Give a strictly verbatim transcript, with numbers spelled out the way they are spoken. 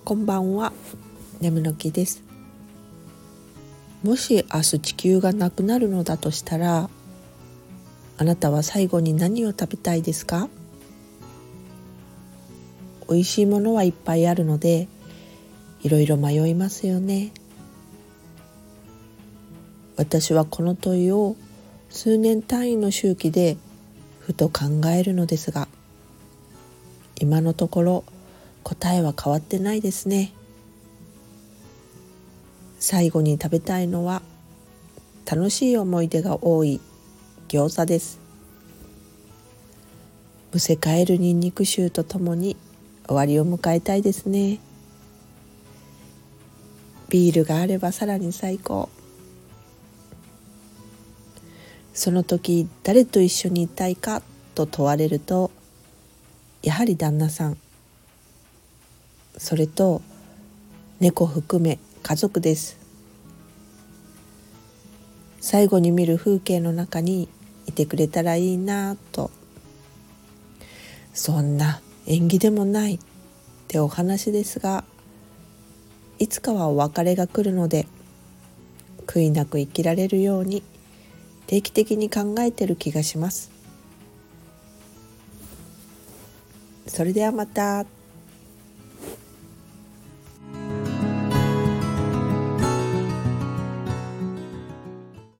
こんばんは、眠の木です。もし明日地球がなくなるのだとしたら、あなたは最後に何を食べたいですか？美味しいものはいっぱいあるので、いろいろ迷いますよね。私はこの問いを数年単位の周期でふと考えるのですが、今のところ答えは変わってないですね。最後に食べたいのは楽しい思い出が多い餃子です。むせ返るニンニク臭とともに終わりを迎えたいですね。ビールがあればさらに最高。その時誰と一緒にいたいかと問われると、やはり旦那さん、それと猫含め家族です。最後に見る風景の中にいてくれたらいいなと。そんな縁起でもないってお話ですが、いつかはお別れが来るので、悔いなく生きられるように定期的に考えてる気がします。それではまた。